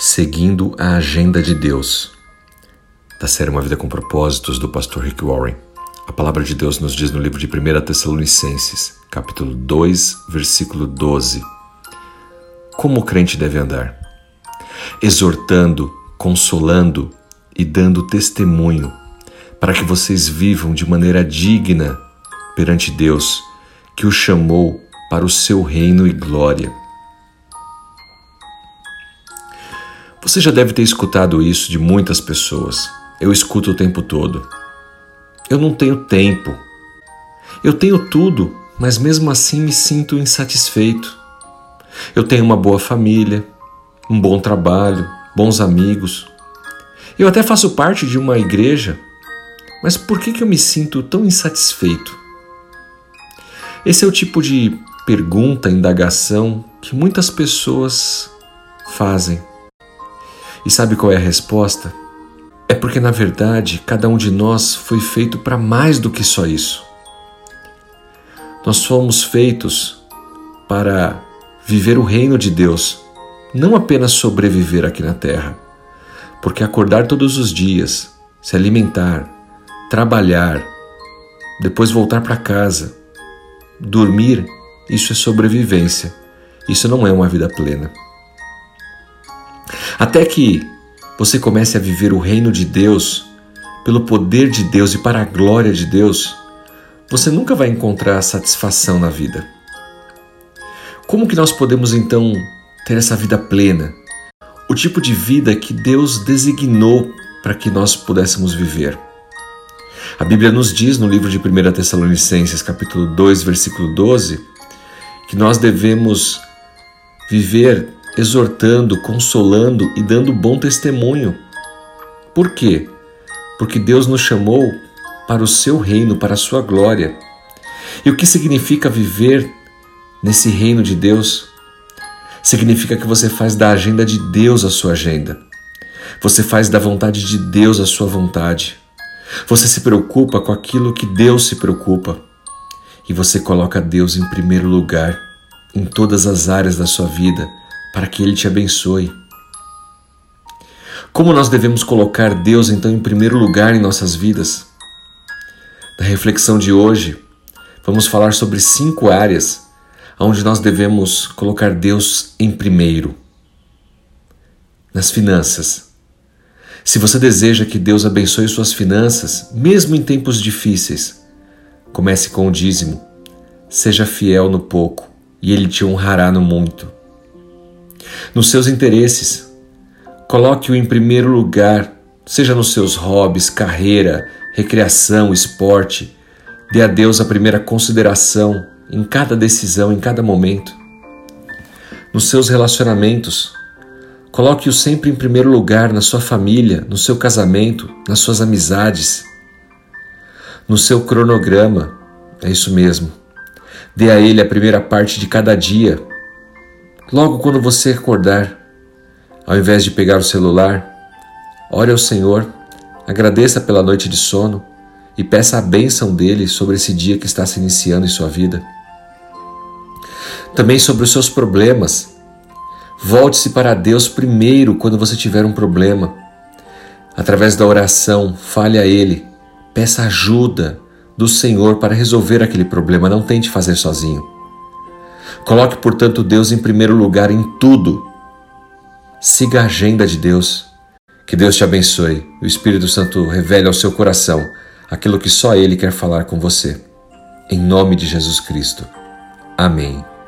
Seguindo a Agenda de Deus, da série Uma Vida com Propósitos, do pastor Rick Warren. A palavra de Deus nos diz no livro de 1 Tessalonicenses, capítulo 2, versículo 12. Como o crente deve andar? Exortando, consolando e dando testemunho, para que vocês vivam de maneira digna perante Deus, que o chamou para o seu reino e glória. Você já deve ter escutado isso de muitas pessoas. Eu escuto o tempo todo. Eu não tenho tempo. Eu tenho tudo, mas mesmo assim me sinto insatisfeito. Eu tenho uma boa família, um bom trabalho, bons amigos. Eu até faço parte de uma igreja, mas por que eu me sinto tão insatisfeito? Esse é o tipo de pergunta, indagação que muitas pessoas fazem. E sabe qual é a resposta? É porque, na verdade, cada um de nós foi feito para mais do que só isso. Nós fomos feitos para viver o reino de Deus, não apenas sobreviver aqui na terra. Porque acordar todos os dias, se alimentar, trabalhar, depois voltar para casa, dormir, isso é sobrevivência. Isso não é uma vida plena. Até que você comece a viver o reino de Deus, pelo poder de Deus e para a glória de Deus, você nunca vai encontrar satisfação na vida. Como que nós podemos então ter essa vida plena? O tipo de vida que Deus designou para que nós pudéssemos viver. A Bíblia nos diz no livro de 1 Tessalonicenses, capítulo 2, versículo 12, que nós devemos viver exortando, consolando e dando bom testemunho. Por quê? Porque Deus nos chamou para o seu reino, para a sua glória. E o que significa viver nesse reino de Deus? Significa que você faz da agenda de Deus a sua agenda. Você faz da vontade de Deus a sua vontade. Você se preocupa com aquilo que Deus se preocupa. E você coloca Deus em primeiro lugar em todas as áreas da sua vida, para que Ele te abençoe. Como nós devemos colocar Deus então em primeiro lugar em nossas vidas? Na reflexão de hoje, vamos falar sobre 5 áreas onde nós devemos colocar Deus em primeiro. Nas finanças. Se você deseja que Deus abençoe suas finanças, mesmo em tempos difíceis, comece com o dízimo. Seja fiel no pouco e Ele te honrará no muito. Nos seus interesses, coloque-o em primeiro lugar, seja nos seus hobbies, carreira, recreação, esporte. Dê a Deus a primeira consideração em cada decisão, em cada momento. Nos seus relacionamentos, coloque-o sempre em primeiro lugar na sua família, no seu casamento, nas suas amizades. No seu cronograma, é isso mesmo. Dê a Ele a primeira parte de cada dia. Logo quando você acordar, ao invés de pegar o celular, ore ao Senhor, agradeça pela noite de sono e peça a bênção dEle sobre esse dia que está se iniciando em sua vida. Também sobre os seus problemas. Volte-se para Deus primeiro quando você tiver um problema. Através da oração, fale a Ele, peça ajuda do Senhor para resolver aquele problema, não tente fazer sozinho. Coloque, portanto, Deus em primeiro lugar em tudo. Siga a agenda de Deus. Que Deus te abençoe. O Espírito Santo revele ao seu coração aquilo que só Ele quer falar com você. Em nome de Jesus Cristo. Amém.